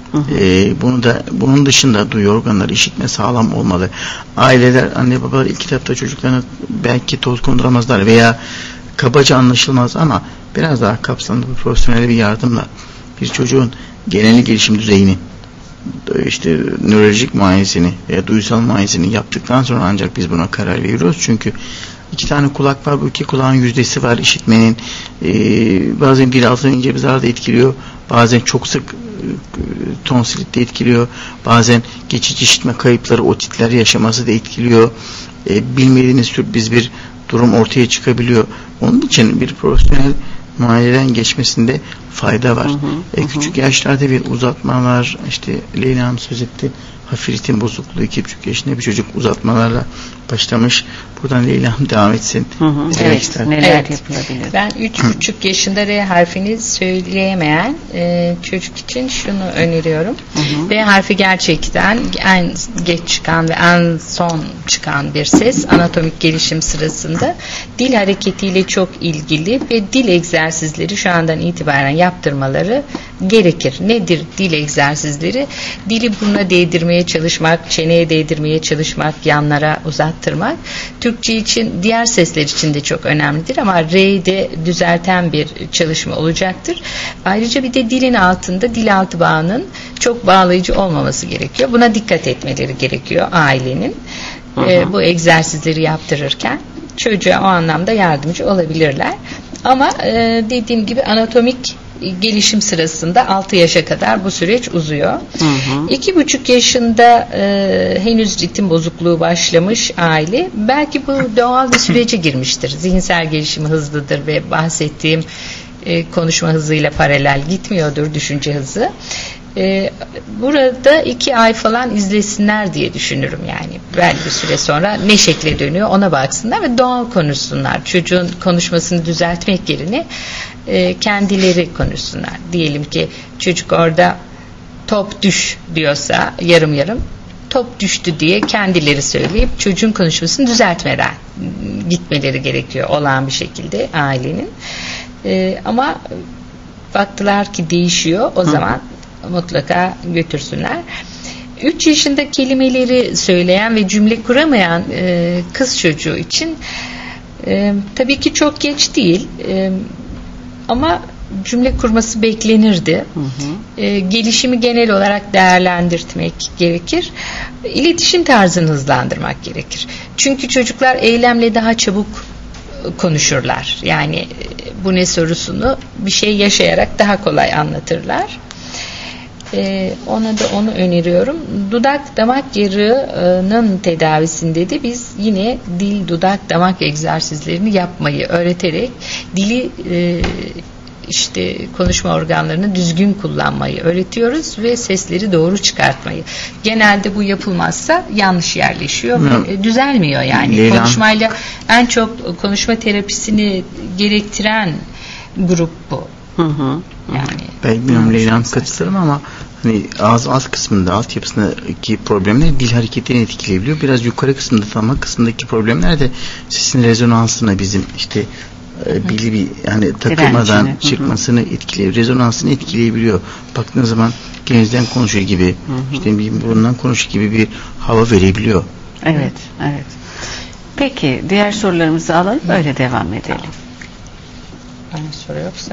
Bunun dışında duyu organları, işitme sağlam olmalı. Aileler, anne babalar ilk etapta çocuklarına belki toz konduramazlar veya kabaca anlaşılmaz ama biraz daha kapsamlı profesyonel bir yardımla bir çocuğun genel gelişim düzeyini, işte nörolojik muayenesini veya duysal muayenesini yaptıktan sonra ancak biz buna karar veriyoruz. Çünkü 2 tane kulak var, bu 2 kulağın yüzdesi var işitmenin. Bazen bir altın ince bir zararda etkiliyor, bazen çok sık tonsilitte etkiliyor, bazen geçici işitme kayıpları, otitler yaşaması da etkiliyor. Bilmediğiniz sürpriz bir durum ortaya çıkabiliyor. Onun için bir profesyonel muayeneden geçmesinde fayda var. Küçük yaşlarda bir uzatmalar, işte Leyla Hanım söz etti, hafif ritim bozukluğu, 2,5 yaşında bir çocuk uzatmalarla başlamış. Buradan Leyla Hanım devam etsin. Evet, neler yapılabilir? Ben 3,5 yaşında R harfini söyleyemeyen çocuk için şunu öneriyorum. R harfi gerçekten en geç çıkan ve en son çıkan bir ses. Anatomik gelişim sırasında dil hareketiyle çok ilgili ve dil egzersizleri şu andan itibaren yaptırmaları gerekir. Nedir dil egzersizleri? Dili burnuna değdirmeye çalışmak, çeneye değdirmeye çalışmak, yanlara uzattırmak. Türkçe için, diğer sesler için de çok önemlidir ama R'yi de düzelten bir çalışma olacaktır. Ayrıca bir de dilin altında dil altı bağının çok bağlayıcı olmaması gerekiyor. Buna dikkat etmeleri gerekiyor ailenin. Bu egzersizleri yaptırırken çocuğa o anlamda yardımcı olabilirler. Ama dediğim gibi anatomik gelişim sırasında 6 yaşa kadar bu süreç uzuyor. 2,5 yaşında henüz ritim bozukluğu başlamış aile belki bu doğal bir sürece girmiştir. Zihinsel gelişimi hızlıdır ve bahsettiğim konuşma hızıyla paralel gitmiyordur düşünce hızı. Burada 2 ay falan izlesinler diye düşünürüm yani. Belli bir süre sonra ne şekle dönüyor ona baksınlar ve doğal konuşsunlar. Çocuğun konuşmasını düzeltmek yerine kendileri konuşsunlar. Diyelim ki çocuk orada top düş diyorsa yarım yarım top düştü diye kendileri söyleyip çocuğun konuşmasını düzeltmeden gitmeleri gerekiyor olağan bir şekilde ailenin. Ama baktılar ki değişiyor, o zaman mutlaka götürsünler. 3 yaşında kelimeleri söyleyen ve cümle kuramayan kız çocuğu için tabii ki çok geç değil ama cümle kurması beklenirdi. Gelişimi genel olarak değerlendirmek gerekir. İletişim tarzını hızlandırmak gerekir. Çünkü çocuklar eylemle daha çabuk konuşurlar. Yani bu ne sorusunu bir şey yaşayarak daha kolay anlatırlar. Ona da onu öneriyorum. Dudak damak yarığının tedavisinde de biz yine dil, dudak, damak egzersizlerini yapmayı öğreterek dili işte konuşma organlarını düzgün kullanmayı öğretiyoruz ve sesleri doğru çıkartmayı. Genelde bu yapılmazsa yanlış yerleşiyor ve düzelmiyor yani. Leyla. Konuşmayla en çok konuşma terapisini gerektiren grup bu. Yani ben bilmiyorum Leyla'nın katılırım ama hani ağız alt kısmında, altyapısındaki problemler dil hareketlerini etkileyebiliyor. Biraz yukarı kısmında, damak kısmındaki problemler de sesin rezonansına, bizim işte belli bir yani takılmadan çıkmasını etkileyebiliyor. Rezonansını etkileyebiliyor. Baktığınız zaman genizden konuşur gibi, işte burundan konuşur gibi bir hava verebiliyor. Evet, evet. Peki diğer sorularımızı alalım, öyle devam edelim. Aynı soru yoksa.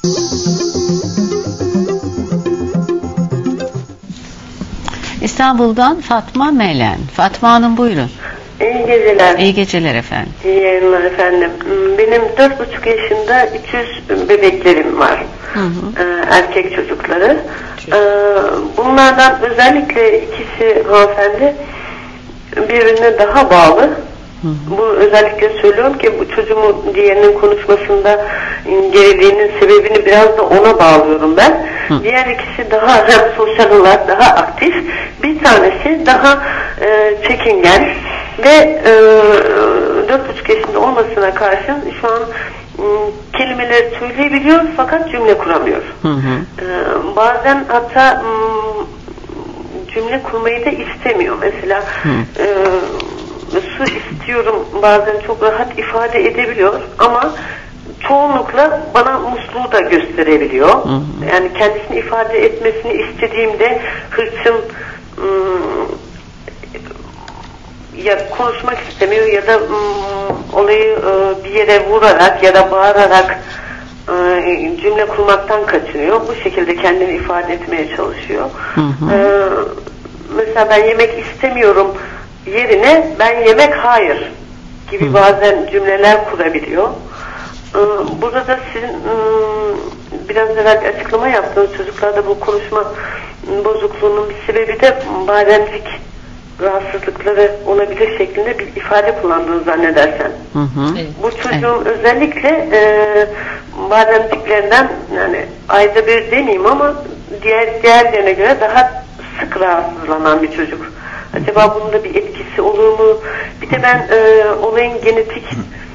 İstanbul'dan Fatma Melen. Fatma Hanım buyurun. İyi geceler. İyi geceler efendim. İyi yayınlar efendim. Benim 4,5 yaşında 300 bebeklerim var. Erkek çocukları. Bunlardan özellikle ikisi hanımefendi birbirine daha bağlı. Bu özellikle söylüyorum ki bu çocuğumun diğerinin konuşmasında gerildiğinin sebebini biraz da ona bağlıyorum ben. Diğer ikisi daha hem sosyal olarak daha aktif. Bir tanesi daha çekingen ve 4,5 yaşında olmasına karşın şu an kelimeleri söyleyebiliyor fakat cümle kuramıyor. Bazen hatta cümle kurmayı da istemiyor. Mesela su istiyorum bazen çok rahat ifade edebiliyor ama çoğunlukla bana musluğu da gösterebiliyor. Yani kendisini ifade etmesini istediğimde hırçın ya konuşmak istemiyor ya da olayı bir yere vurarak ya da bağırarak cümle kurmaktan kaçınıyor. Bu şekilde kendini ifade etmeye çalışıyor. Mesela ben yemek istemiyorum yerine ben yemek hayır gibi bazen cümleler kurabiliyor. Burada da sizin biraz evvel açıklama yaptığınız çocuklarda bu konuşma bozukluğunun bir sebebi de bademcik rahatsızlıkları olabilir şeklinde bir ifade kullandığını zannedersem. Bu çocuğun özellikle bademciklerinden yani ayda bir demeyeyim ama diğerlerine göre daha sık rahatsızlanan bir çocuk. Acaba bunun da bir etkisi olur mu? Bir de ben olayın genetik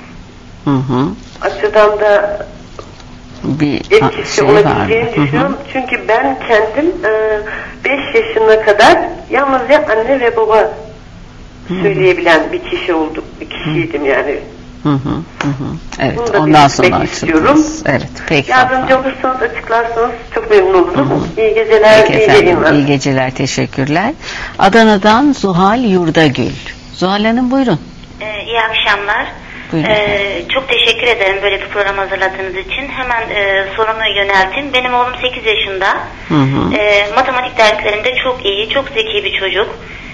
açıdan da bir etkisi olabileceğini düşünüyorum. Çünkü ben kendim 5 yaşına kadar yalnızca anne ve baba söyleyebilen bir kişiydim yani. Evet, ondan sonra açıklarız. Evet, peki. Yardımcı olursanız, açıklarsanız çok memnun olurum. İyi geceler, peki iyi yayınlar. İyi geceler, teşekkürler. Adana'dan Zuhal Yurdagül. Zuhal Hanım buyurun. İyi akşamlar. Çok teşekkür ederim böyle bir program hazırladığınız için. Hemen sorumu yönelteyim. Benim oğlum 8 yaşında. Matematik derslerinde çok iyi, çok zeki bir çocuk.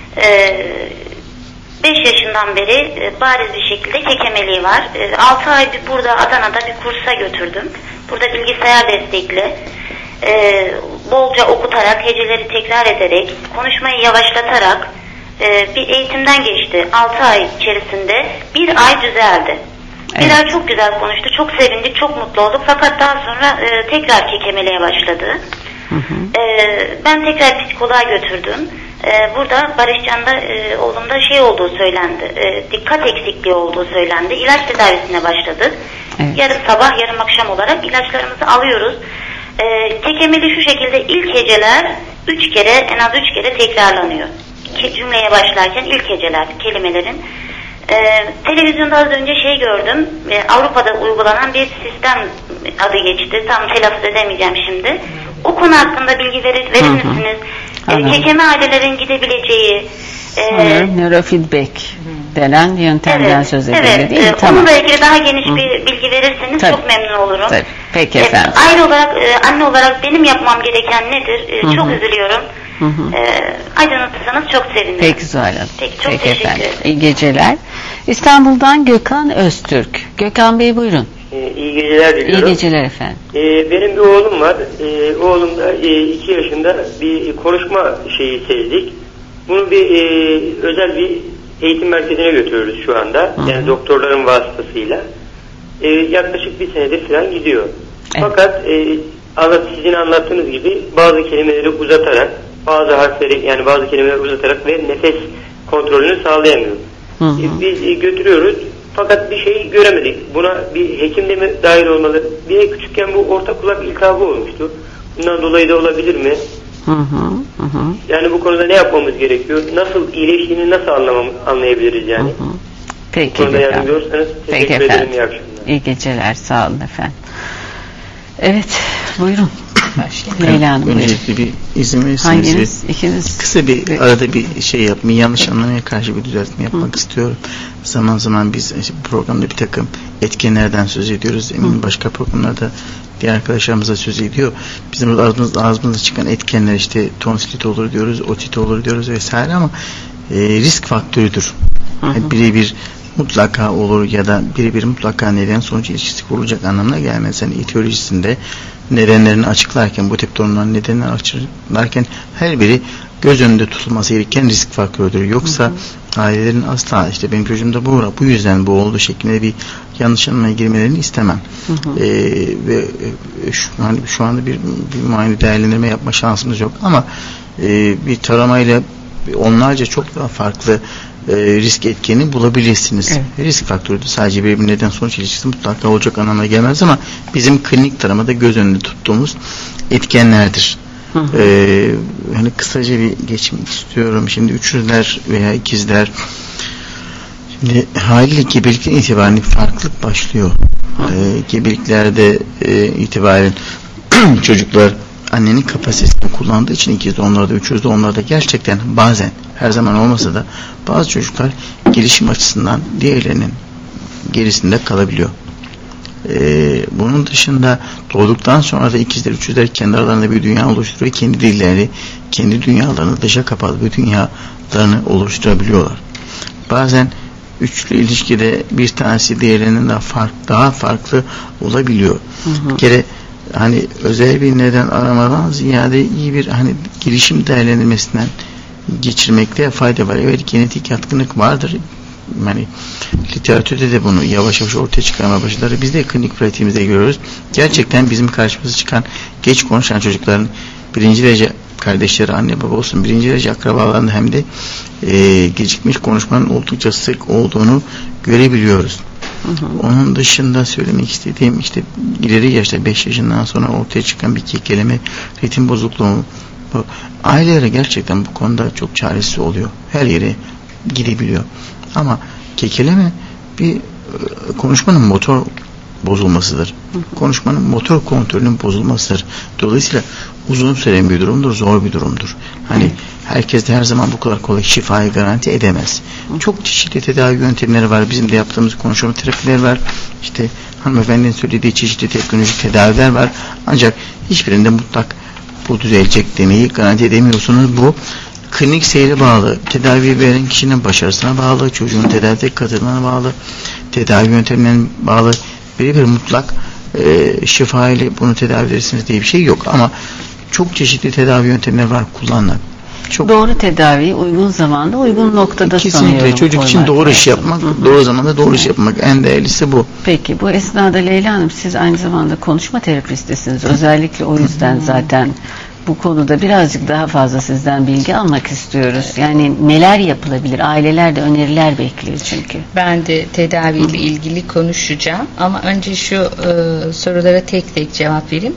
5 yaşından beri bariz bir şekilde kekemeliği var. 6 ay burada Adana'da bir kursa götürdüm. Burada bilgisayar destekli. Bolca okutarak, heceleri tekrar ederek, konuşmayı yavaşlatarak bir eğitimden geçti. 6 ay içerisinde 1 ay düzeldi. Bir ay çok güzel konuştu, çok sevindik, çok mutlu olduk. Fakat daha sonra tekrar kekemeliğe başladı. Ben tekrar psikoloğa götürdüm. Burada Barışcan'da oğlumda şey olduğu söylendi. Dikkat eksikliği olduğu söylendi. İlaç tedavisine başladık. Yarım sabah, yarım akşam olarak ilaçlarımızı alıyoruz. Kekemeli şu şekilde ilk heceler 3 kere, en az 3 kere tekrarlanıyor. Cümleye başlarken ilk heceler, kelimelerin. Televizyonda az önce şey gördüm. Avrupa'da uygulanan bir sistem adı geçti. Tam telaffuz edemeyeceğim şimdi. O konu hakkında bilgi verir misiniz? Kekeme ailelerin gidebileceği neurofeedback. denen yöntemden söz edildi değil mi? Tamam. Onunla ilgili daha geniş bir bilgi verirseniz çok memnun olurum. Tabii. Peki efendim. Aile olarak, anne olarak benim yapmam gereken nedir? Çok üzülüyorum. Aydınlatırsanız çok sevinirim. Peki Zuhal Hanım. Peki, çok teşekkür ederim. İyi geceler. İstanbul'dan Gökhan Öztürk. Gökhan Bey buyurun. İyi geceler diliyorum. İyi geceler efendim. Benim bir oğlum var. Oğlum da 2 yaşında bir konuşma şeyi sezdik. Bunu bir özel bir eğitim merkezine götürüyoruz şu anda. Yani doktorların vasıtasıyla. Yaklaşık 1 senedir falan gidiyor. Evet. Fakat sizin anlattığınız gibi bazı kelimeleri uzatarak, bazı harfleri yani bazı kelimeleri uzatarak ve nefes kontrolünü sağlayamıyor. Biz götürüyoruz. Fakat bir şey göremedik. Buna bir hekim de mi dahil olmalı? Bir de küçükken bu orta kulak iltihabı olmuştu. Bundan dolayı da olabilir mi? Yani bu konuda ne yapmamız gerekiyor? Nasıl iyileştiğini nasıl anlayabiliriz yani? Peki. Bu konuda yardımcı olursanız teşekkür ederim. İyi akşamlar. İyi geceler. Sağ olun efendim. Evet. Buyurun. Leyla Hanım. Öncelikle bir izin verirseniz ikiniz kısa bir arada bir şey yapmayı, yanlış anlamaya karşı bir düzeltme yapmak istiyorum. Zaman zaman biz bu programda bir takım etkenlerden söz ediyoruz. Eminim başka programlarda diğer arkadaşlarımıza söz ediyor. Bizim ağzımızda çıkan etkenler işte tonsilit olur diyoruz, otit olur diyoruz vesaire ama risk faktörüdür. Yani birebir mutlaka olur ya da birebir mutlaka neden sonuç ilişkisi kurulacak anlamına gelmez. Yani etiyolojisinde nedenlerini açıklarken, bu tip durumların nedenlerini açıklarken her biri göz önünde tutulması gereken risk faktörüdür. Yoksa ailelerin asla işte benim çocuğum da bu yüzden bu oldu şeklinde bir yanlış anlamaya girmelerini istemem. Ve şu anda bir muayene değerlendirme yapma şansımız yok ama bir taramayla onlarca çok daha farklı risk etkeni bulabilirsiniz. Evet. Risk faktörü de sadece bir neden sonuç ilişkisi mutlaka olacak anlamına gelmez ama bizim klinik taramada göz önünde tuttuğumuz etkenlerdir. Hani kısaca bir geçmek istiyorum. Şimdi üçüzler veya ikizler şimdi haliyle gebelikten itibaren farklılık başlıyor. Gebeliklerde itibaren çocuklar annenin kapasitesini kullandığı için ikizde onlarda üçüzde onlarda gerçekten bazen her zaman olmasa da bazı çocuklar gelişim açısından diğerlerinin gerisinde kalabiliyor. Bunun dışında doğduktan sonra da ikizler üçüzler kendi aralarında bir dünya oluşturuyor. Kendi dilleri, kendi dünyalarını dışa kapalı bir dünyalarını oluşturabiliyorlar. Bazen üçlü ilişkide bir tanesi diğerlerinden daha farklı olabiliyor. Bir kere hani özel bir neden aramadan ziyade iyi bir hani gelişim değerlendirmesinden geçirmekte fayda var. Evet, genetik yatkınlık vardır. Yani literatürde de bunu yavaş yavaş ortaya çıkarmaya başladılar. Biz de klinik pratiğimizde görüyoruz. Gerçekten bizim karşımıza çıkan geç konuşan çocukların birinci derece kardeşleri, anne baba olsun, birinci derece akrabalarında hem de gecikmiş konuşmanın oldukça sık olduğunu görebiliyoruz. Onun dışında söylemek istediğim işte ileri yaşta 5 yaşından sonra ortaya çıkan bir kekeleme ritim bozukluğu, ailelere gerçekten bu konuda çok çaresiz oluyor. Her yere gidebiliyor. Ama kekeleme bir konuşmanın motor bozulmasıdır. Konuşmanın motor kontrolünün bozulmasıdır. Dolayısıyla uzun süren bir durumdur, zor bir durumdur. Hani herkes de her zaman bu kadar kolay şifayı garanti edemez. Çok çeşitli tedavi yöntemleri var. Bizim de yaptığımız konuşma terapiler var. İşte hanımefendinin söylediği çeşitli teknolojik tedaviler var. Ancak hiçbirinde mutlak bu düzelecek demeyi garanti edemiyorsunuz. Bu klinik seyre bağlı, tedavi veren kişinin başarısına bağlı, çocuğun tedavide katılımına bağlı, tedavi yöntemlerine bağlı, bir mutlak şifa ile bunu tedavi edersiniz diye bir şey yok. Ama çok çeşitli tedavi yöntemleri var kullanılan. Çok doğru tedavi uygun zamanda uygun noktada sanıyorum. Kesinlikle çocuk için doğru iş yapmak, doğru zamanda doğru iş yapmak en değerlisi bu. Peki bu esnada Leyla Hanım siz aynı zamanda konuşma terapistisiniz. Özellikle o yüzden zaten bu konuda birazcık daha fazla sizden bilgi almak istiyoruz. Yani neler yapılabilir? Aileler de öneriler bekliyor çünkü. Ben de tedaviyle ilgili konuşacağım ama önce şu sorulara tek tek cevap vereyim.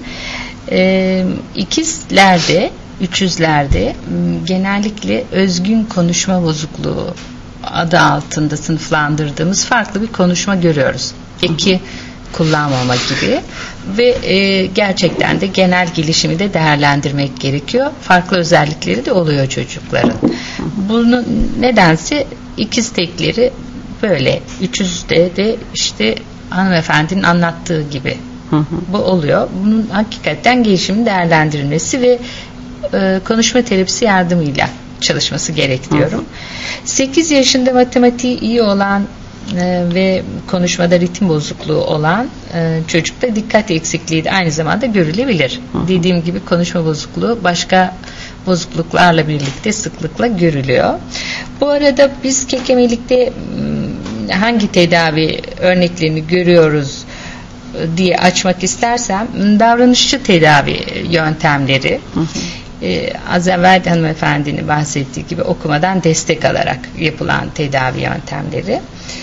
İkizlerde, üçüzlerde genellikle özgün konuşma bozukluğu adı altında sınıflandırdığımız farklı bir konuşma görüyoruz. Eki kullanmama gibi ve gerçekten de genel gelişimi de değerlendirmek gerekiyor. Farklı özellikleri de oluyor çocukların. Bunun nedense ikiz tekleri böyle 300'de de işte hanımefendinin anlattığı gibi bu oluyor. Bunun hakikaten gelişimin değerlendirilmesi ve konuşma terapisi yardımıyla çalışması gerek diyorum. 8 yaşında matematiği iyi olan ve konuşmada ritim bozukluğu olan çocukta dikkat eksikliği de aynı zamanda görülebilir. Dediğim gibi konuşma bozukluğu başka bozukluklarla birlikte sıklıkla görülüyor. Bu arada biz kekemelikte hangi tedavi örneklerini görüyoruz diye açmak istersem, davranışçı tedavi yöntemleri, az evvel hanımefendinin bahsettiği gibi okumadan destek alarak yapılan tedavi yöntemleri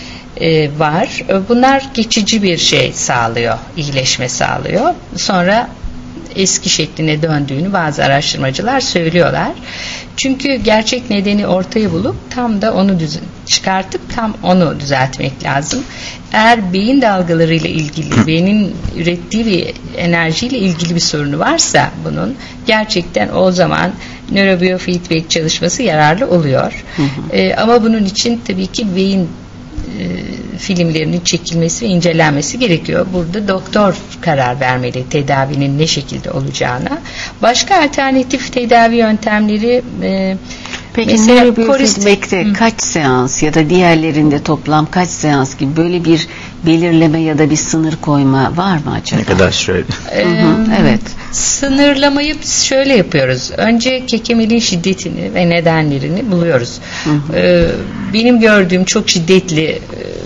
var. Bunlar geçici bir şey sağlıyor, iyileşme sağlıyor. Sonra eski şekline döndüğünü bazı araştırmacılar söylüyorlar. Çünkü gerçek nedeni ortaya bulup tam da onu çıkartıp tam onu düzeltmek lazım. Eğer beyin dalgalarıyla ilgili, beynin ürettiği bir enerjiyle ilgili bir sorunu varsa bunun, gerçekten o zaman nörobiyofeedback çalışması yararlı oluyor. Ama bunun için tabii ki beyin filmlerinin çekilmesi ve incelenmesi gerekiyor. Burada doktor karar vermeli tedavinin ne şekilde olacağına. Başka alternatif tedavi yöntemleri peki nörobiyofeedback'te kaç seans ya da diğerlerinde toplam kaç seans gibi böyle bir belirleme ya da bir sınır koyma var mı acaba? Ne kadar süre? Evet. Sınırlamayı biz şöyle yapıyoruz. Önce kekemeliğin şiddetini ve nedenlerini buluyoruz. Benim gördüğüm çok şiddetli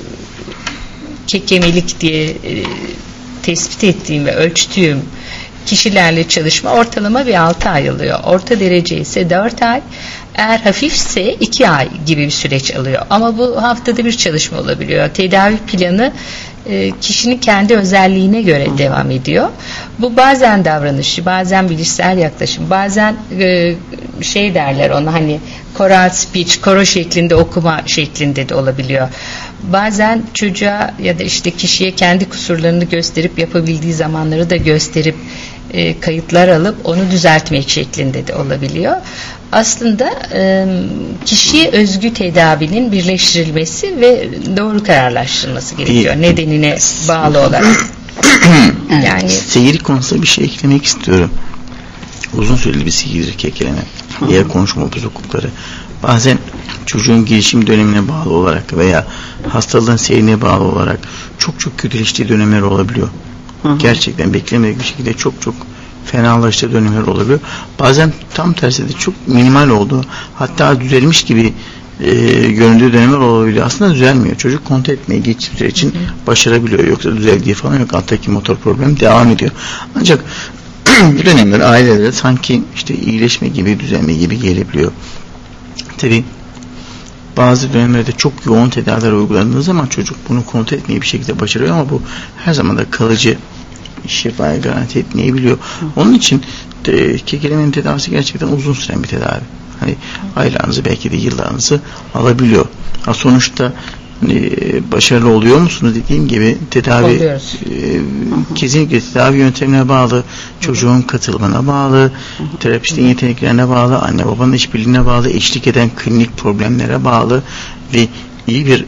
kekemelik diye tespit ettiğim ve ölçtüğüm kişilerle çalışma ortalama bir 6 ay alıyor. Orta derece ise 4 ay. Eğer hafifse 2 ay gibi bir süreç alıyor. Ama bu haftada bir çalışma olabiliyor. Tedavi planı kişinin kendi özelliğine göre devam ediyor. Bu bazen davranışçı, bazen bilişsel yaklaşım, bazen şey derler ona, hani choral speech, koro şeklinde okuma şeklinde de olabiliyor. Bazen çocuğa ya da işte kişiye kendi kusurlarını gösterip yapabildiği zamanları da gösterip kayıtlar alıp onu düzeltmek şeklinde de olabiliyor. Aslında kişiye özgü tedavinin birleştirilmesi ve doğru kararlaştırılması gerekiyor. Nedenine bağlı olarak. Yani seyir konusunda bir şey eklemek istiyorum. Uzun süreli bir seyirdir kekeleme. Diğer konuşma bozuklukları. Bazen çocuğun gelişim dönemine bağlı olarak veya hastalığın seyrine bağlı olarak çok çok kötüleştiği dönemler olabiliyor. Gerçekten beklemedik bir şekilde çok fenalaştığı dönemler olabiliyor. Bazen tam tersi de çok minimal olduğu, hatta düzelmiş gibi göründüğü dönemler olabiliyor. Aslında düzelmiyor. Çocuk kontrol etmeyi geçtiği süre için başarabiliyor. Yoksa düzeldiği falan yok. Alttaki motor problemi devam ediyor. Ancak bu dönemler ailelerde sanki işte iyileşme gibi, düzelme gibi gelebiliyor. Tabii bazı dönemlerde çok yoğun tedaviler uygulandığı zaman çocuk bunu kontrol etmeyi bir şekilde başarıyor ama bu her zaman da kalıcı şifayı garanti etmeyebiliyor. Onun için kekelemenin tedavisi gerçekten uzun süren bir tedavi. Hani aylarınızı, belki de yıllarınızı alabiliyor. Sonuçta başarılı oluyor musunuz dediğim gibi tedavi kesinlikle tedavi yöntemine bağlı, çocuğun katılımına bağlı, terapistin yeteneklerine bağlı, anne babanın işbirliğine bağlı, eşlik eden klinik problemlere bağlı ve iyi bir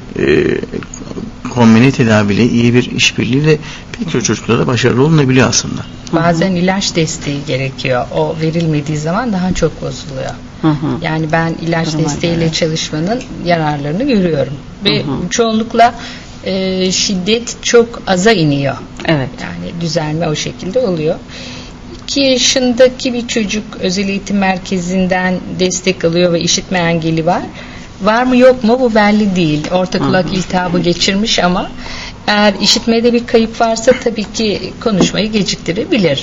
kombine tedaviyle, iyi bir işbirliğiyle pek çok çocuklarda başarılı olunabiliyor aslında. Bazen ilaç desteği gerekiyor. O verilmediği zaman daha çok bozuluyor. Yani ben ilaç desteğiyle çalışmanın yararlarını görüyorum. Ve çoğunlukla şiddet çok aza iniyor. Evet. Yani düzelme o şekilde oluyor. 2 yaşındaki bir çocuk özel eğitim merkezinden destek alıyor ve işitme engeli var. Var mı yok mu bu belli değil. Orta kulak iltihabı geçirmiş ama eğer işitmede bir kayıp varsa tabii ki konuşmayı geciktirebilir.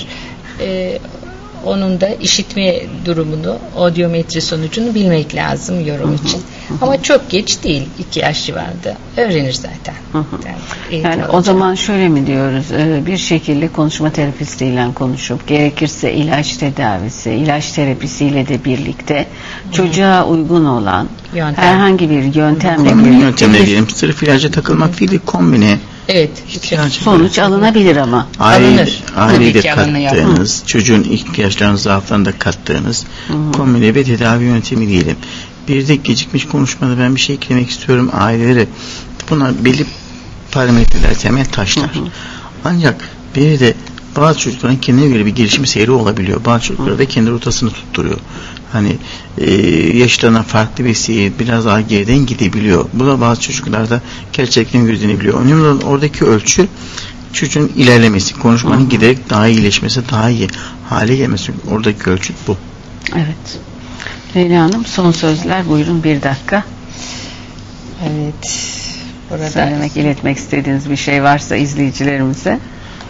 Onun da işitme durumunu, audiometri sonucunu bilmek lazım yorum için. Ama çok geç değil, 2 yaş civarında öğrenir zaten. Yani o zaman şöyle mi diyoruz, bir şekilde konuşma terapistiyle konuşup gerekirse ilaç tedavisi, ilaç terapisiyle de birlikte çocuğa uygun olan herhangi bir yöntemle diyelim, sırf ilaca takılmak değil de kombine. Evet. Sonuç alınabilir ama. Aileyi de kattığınız, çocuğun ihtiyaçlarını, zaaflarını da kattığınız kombine bir tedavi yöntemi diyelim. Bir de gecikmiş konuşmada ben bir şey eklemek istiyorum ailelere. Bunlar belli parametreler, temel taşlar. Ancak bir de bazı çocukların kendine göre bir gelişim seyri olabiliyor. Bazı çocuklar da kendi rotasını tutturuyor. Hani yaşlarına farklı bir seyir, biraz daha geriden gidebiliyor. Bu da bazı çocuklarda gerçekten gözlenebiliyor. Önemli olan oradaki ölçü çocuğun ilerlemesi, konuşmanın giderek daha iyileşmesi, daha iyi hale gelmesi. Oradaki ölçü bu. Evet. Leyla Hanım, son sözler buyurun, 1 dakika. Evet. Burada söylemek, iletmek istediğiniz bir şey varsa izleyicilerimize.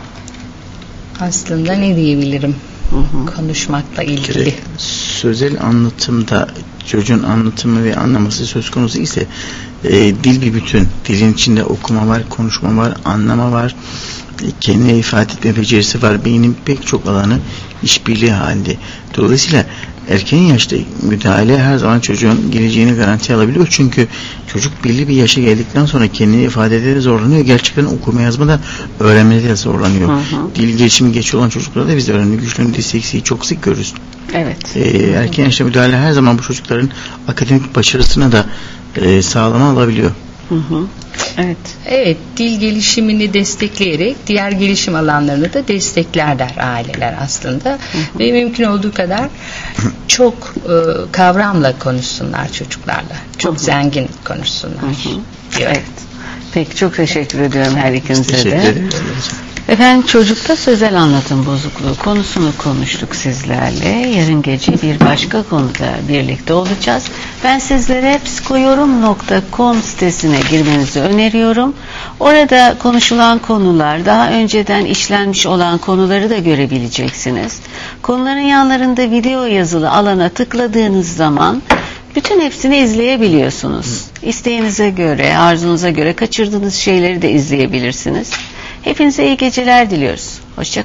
Aslında ne diyebilirim? Konuşmakla ilgili. Sözel anlatımda çocuğun anlatımı ve anlaması söz konusu ise dil bir bütün. Dilin içinde okuma var, konuşma var, anlama var, kendine ifade etme becerisi var. Beynin pek çok alanı işbirliği halinde. Dolayısıyla erken yaşta müdahale her zaman çocuğun geleceğini garanti alabiliyor. Çünkü çocuk belli bir yaşa geldikten sonra kendini ifade ederek zorlanıyor. Gerçekten okuma yazma da öğrenmede de zorlanıyor. Dil gelişimi geç olan çocuklarda biz öğrenme güçlerinin disleksiyi çok sık görürüz. Evet. Erken yaşta müdahale her zaman bu çocukların akademik başarısına da sağlama alabiliyor. Evet. Evet, dil gelişimini destekleyerek diğer gelişim alanlarını da desteklerler aileler aslında. Ve mümkün olduğu kadar çok kavramla konuşsunlar çocuklarla. Çok zengin konuşsunlar. Diyor. Evet. Peki, çok teşekkür ediyorum her ikinize Teşekkür de. ederim. Efendim, çocukta sözel anlatım bozukluğu konusunu konuştuk sizlerle. Yarın gece bir başka konuda birlikte olacağız. Ben sizlere psikoyorum.com sitesine girmenizi öneriyorum. Orada konuşulan konular, daha önceden işlenmiş olan konuları da görebileceksiniz. Konuların yanlarında video yazılı alana tıkladığınız zaman bütün hepsini izleyebiliyorsunuz. İsteğinize göre, arzunuza göre kaçırdığınız şeyleri de izleyebilirsiniz. Hepinize iyi geceler diliyoruz. Hoşça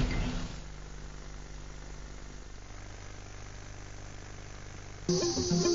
kalın.